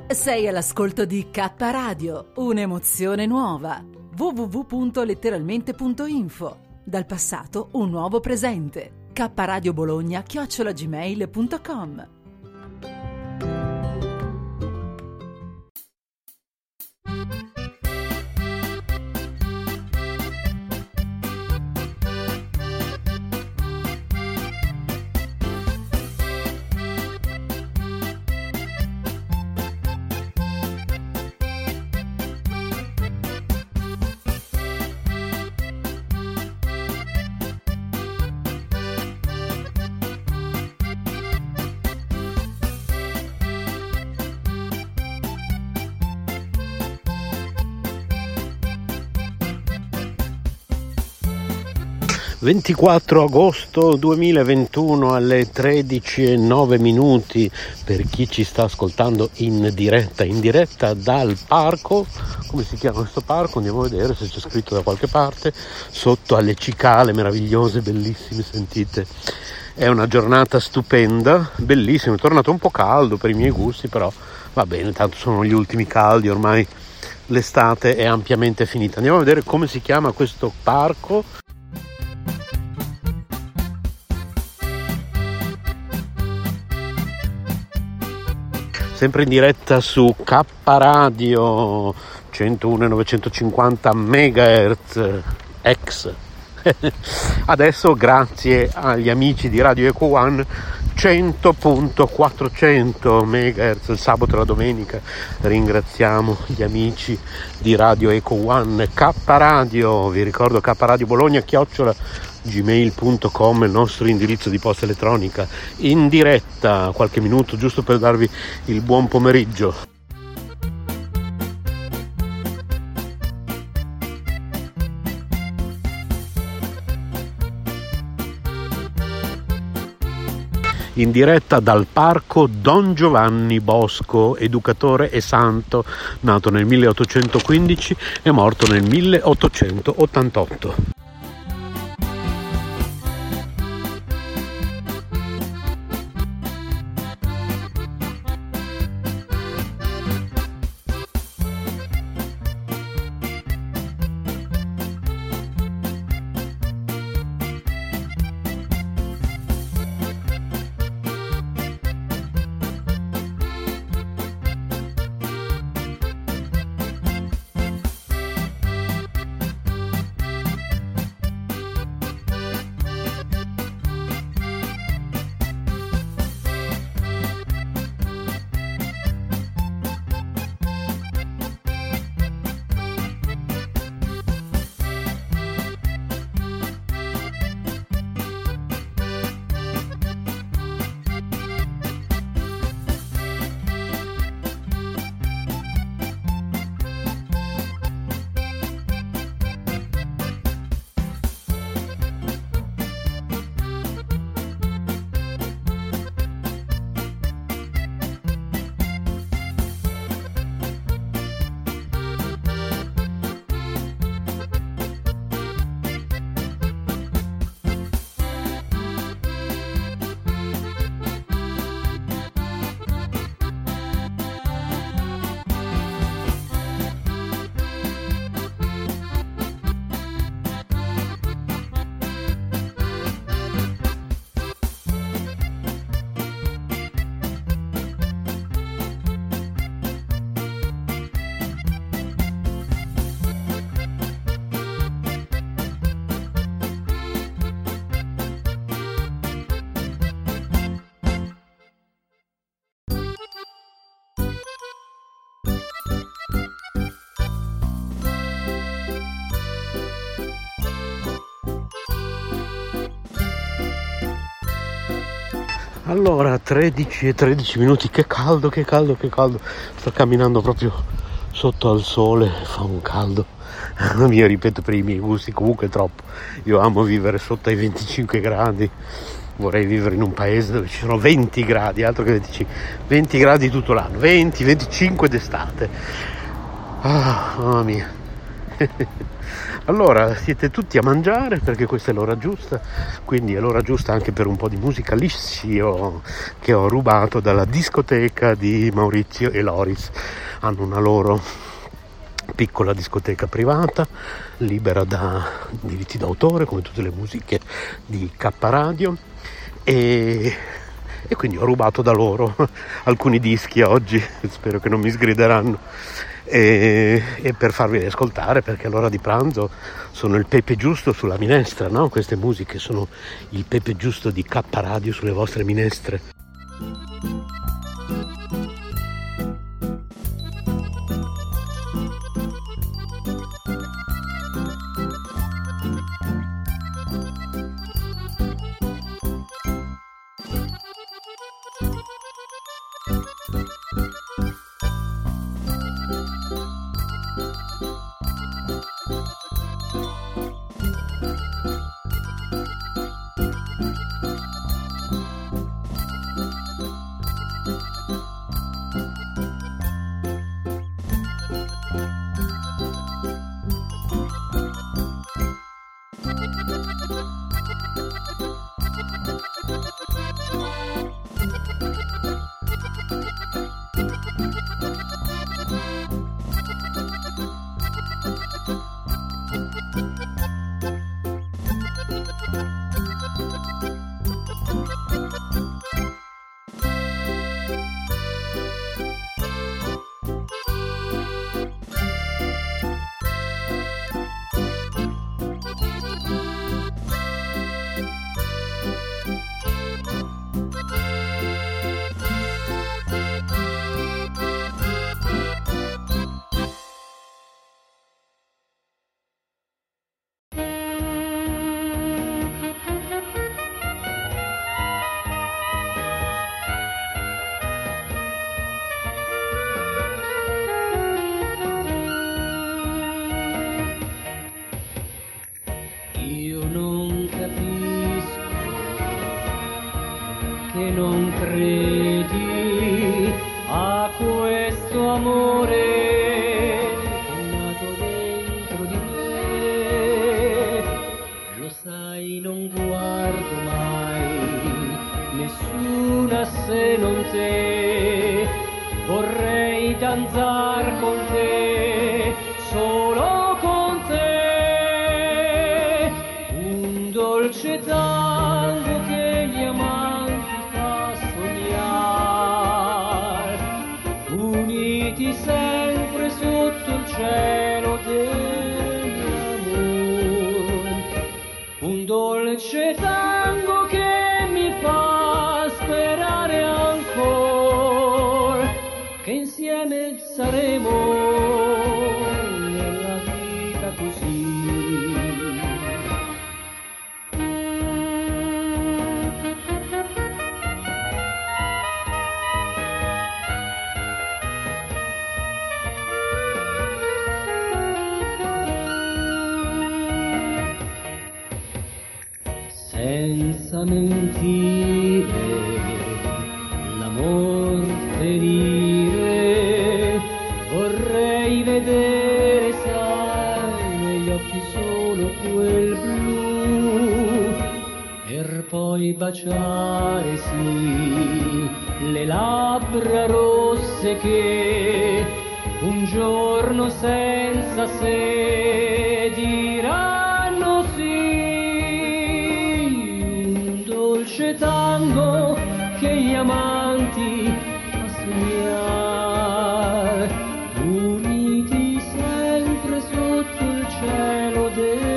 Sei all'ascolto di K Radio, un'emozione nuova. www.letteralmente.info. Dal passato un nuovo presente. kradiobologna@gmail.com. ...24 agosto 2021 alle 13:09 per chi ci sta ascoltando in diretta dal parco. Come si chiama questo parco? Andiamo a vedere se c'è scritto da qualche parte. Sotto alle cicale meravigliose, bellissime, sentite. È una giornata stupenda, bellissima, è tornato un po' caldo per i miei gusti, però va bene, tanto sono gli ultimi caldi, ormai l'estate è ampiamente finita. Andiamo a vedere come si chiama questo parco. Sempre in diretta su K Radio 101,950 MHz X. Adesso, grazie agli amici di Radio Eco One, 100.400 MHz il sabato e la domenica. Ringraziamo gli amici di Radio Eco One. K Radio, vi ricordo K Radio Bologna @gmail.com, il nostro indirizzo di posta elettronica. In diretta qualche minuto giusto per darvi il buon pomeriggio. In diretta dal parco Don Giovanni Bosco, educatore e santo, nato nel 1815 e morto nel 1888. Allora, 13:13, che caldo. Sto camminando proprio sotto al sole, fa un caldo. Io ripeto, per i miei gusti comunque è troppo. Io amo vivere sotto ai 25 gradi. Vorrei vivere in un paese dove ci sono 20 gradi, altro che 25. 20 gradi tutto l'anno, 20-25 d'estate. Mamma mia. Allora, siete tutti a mangiare perché questa è l'ora giusta, quindi è l'ora giusta anche per un po' di musica liscio che ho rubato dalla discoteca di Maurizio e Loris. Hanno una loro piccola discoteca privata, libera da diritti d'autore, come tutte le musiche di K Radio, e quindi ho rubato da loro alcuni dischi oggi, spero che non mi sgrideranno, e per farvi ascoltare, perché all'ora di pranzo sono il pepe giusto sulla minestra, no? Queste musiche sono il pepe giusto di K Radio sulle vostre minestre. Che non credi a questo amore che è nato dentro di me. Lo sai, non guardo mai nessuna se non te. Vorrei danzar con te, solo con te. Un dolce tango che gli amanti uniti sempre sotto il cielo dell'amor, un dolce tango che mi fa sperare ancora che insieme saremo nella vita così. Senza mentire, l'amor ferire, vorrei vedere, sai, negli occhi solo quel blu, per poi baciare, sì, le labbra rosse che un giorno senza se diranno sì. Dolce tango che gli amanti fa sognare, uniti sempre sotto il cielo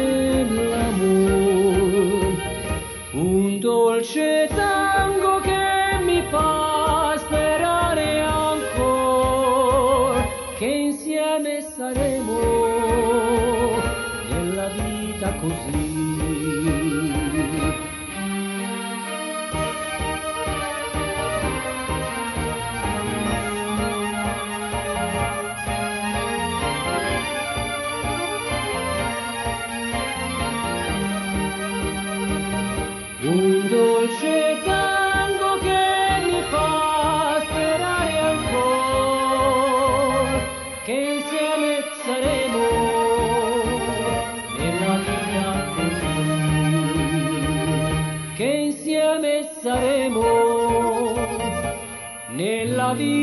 dell'amor, un dolce tango che mi fa sperare ancora che insieme saremo nella vita così. Un dolce tango che mi fa sperare ancora che insieme saremo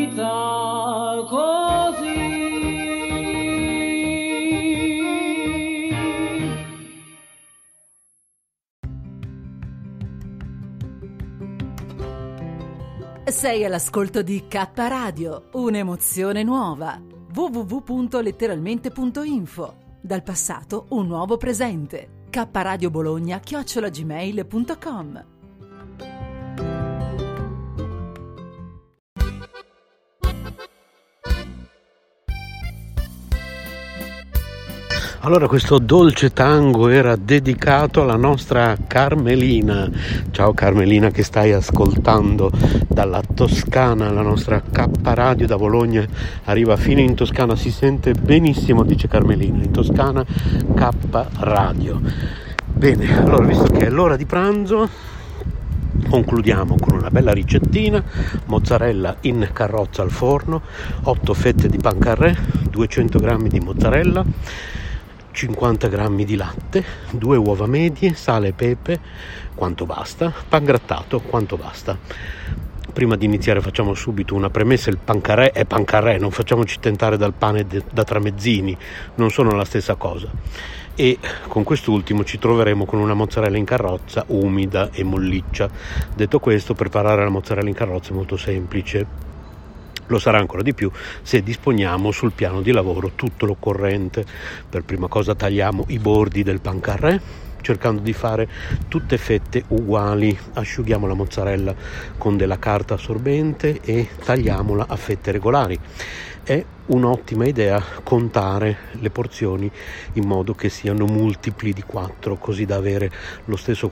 vita così. Sei all'ascolto di K Radio, un'emozione nuova. www.letteralmente.info. Dal passato un nuovo presente. kradiobologna@gmail.com. Allora, questo dolce tango era dedicato alla nostra Carmelina. Ciao Carmelina, che stai ascoltando dalla Toscana. La nostra K Radio da Bologna arriva fino in Toscana, si sente benissimo, dice Carmelina, in Toscana K Radio. Bene, allora, visto che è l'ora di pranzo, concludiamo con una bella ricettina: mozzarella in carrozza al forno, 8 fette di pancarré, 200 g di mozzarella, 50 g di latte, 2 uova medie, sale e pepe quanto basta, pangrattato quanto basta. Prima di iniziare facciamo subito una premessa: il pancarré è pancarré, non facciamoci tentare dal pane da tramezzini, non sono la stessa cosa. E con quest'ultimo ci troveremo con una mozzarella in carrozza umida e molliccia. Detto questo, preparare la mozzarella in carrozza è molto semplice. Lo sarà ancora di più se disponiamo sul piano di lavoro tutto l'occorrente. Per prima cosa tagliamo i bordi del pancarré, cercando di fare tutte fette uguali. Asciughiamo la mozzarella con della carta assorbente e tagliamola a fette regolari. È un'ottima idea contare le porzioni in modo che siano multipli di 4, così da avere lo stesso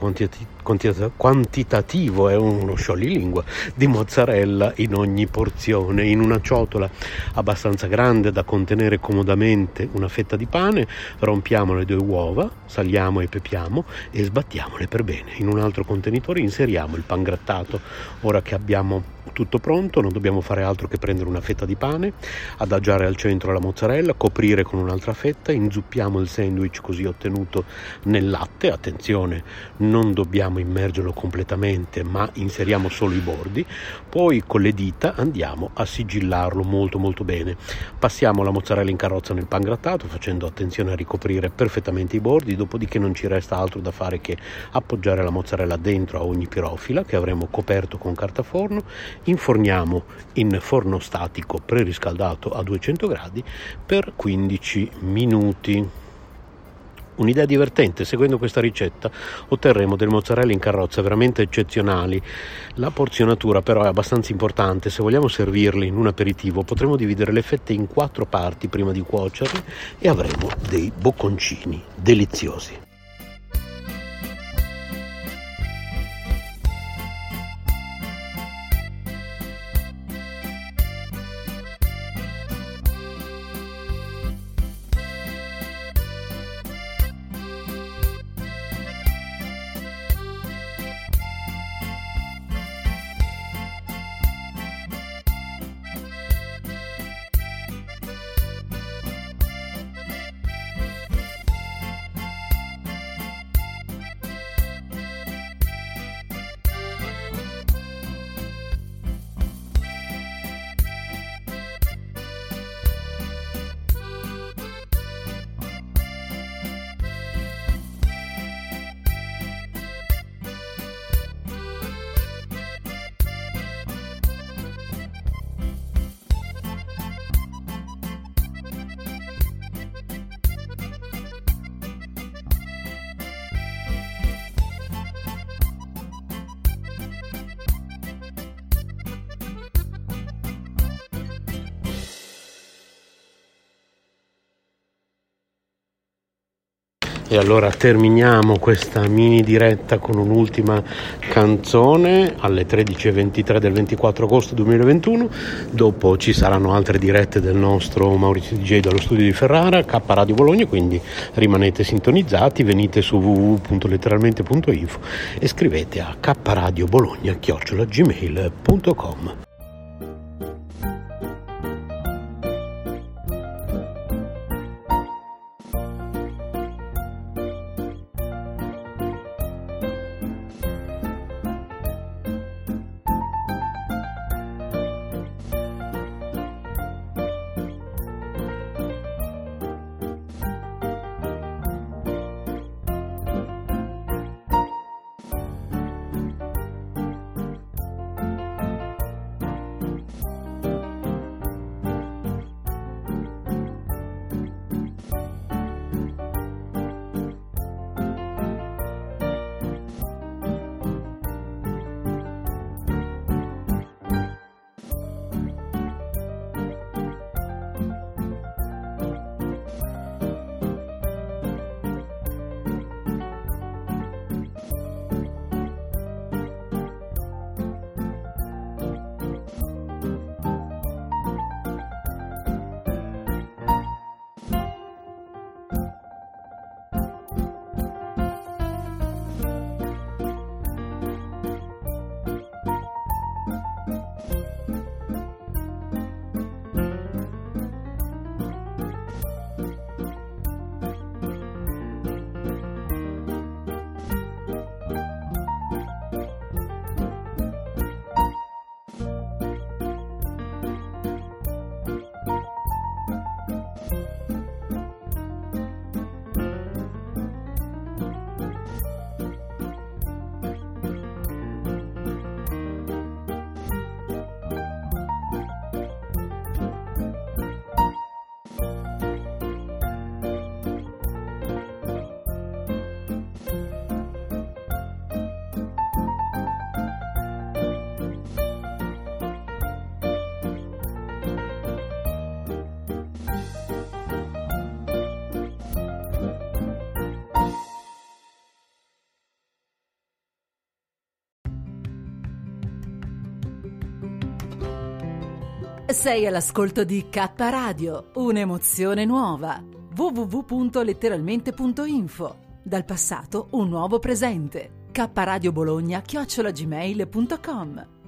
quantitativo, è uno scioglilingua, di mozzarella in ogni porzione. In una ciotola abbastanza grande da contenere comodamente una fetta di pane, rompiamo le 2 uova, saliamo e pepiamo e sbattiamole per bene. In un altro contenitore inseriamo il pangrattato. Ora che abbiamo tutto pronto, non dobbiamo fare altro che prendere una fetta di pane, adagiare al centro la mozzarella, coprire con un'altra fetta, inzuppiamo il sandwich così ottenuto nel latte. Attenzione, non dobbiamo immergerlo completamente, ma inseriamo solo i bordi. Poi con le dita andiamo a sigillarlo molto molto bene. Passiamo la mozzarella in carrozza nel pangrattato, facendo attenzione a ricoprire perfettamente i bordi. Dopodiché non ci resta altro da fare che appoggiare la mozzarella dentro a ogni pirofila che avremo coperto con carta forno. Inforniamo in forno statico preriscaldato a 200 gradi per 15 minuti. Un'idea divertente: seguendo questa ricetta otterremo delle mozzarelle in carrozza veramente eccezionali. La porzionatura però è abbastanza importante. Se vogliamo servirli in un aperitivo potremo dividere le fette in 4 parti prima di cuocerle e avremo dei bocconcini deliziosi. E allora terminiamo questa mini diretta con un'ultima canzone alle 13:23 del 24 agosto 2021. Dopo ci saranno altre dirette del nostro Maurizio DJ dallo studio di Ferrara, K Radio Bologna, quindi rimanete sintonizzati, venite su www.letteralmente.info e scrivete a kradiobologna@gmail.com. Sei all'ascolto di K Radio, un'emozione nuova. www.letteralmente.info. Dal passato un nuovo presente. kradiobologna@gmail.com.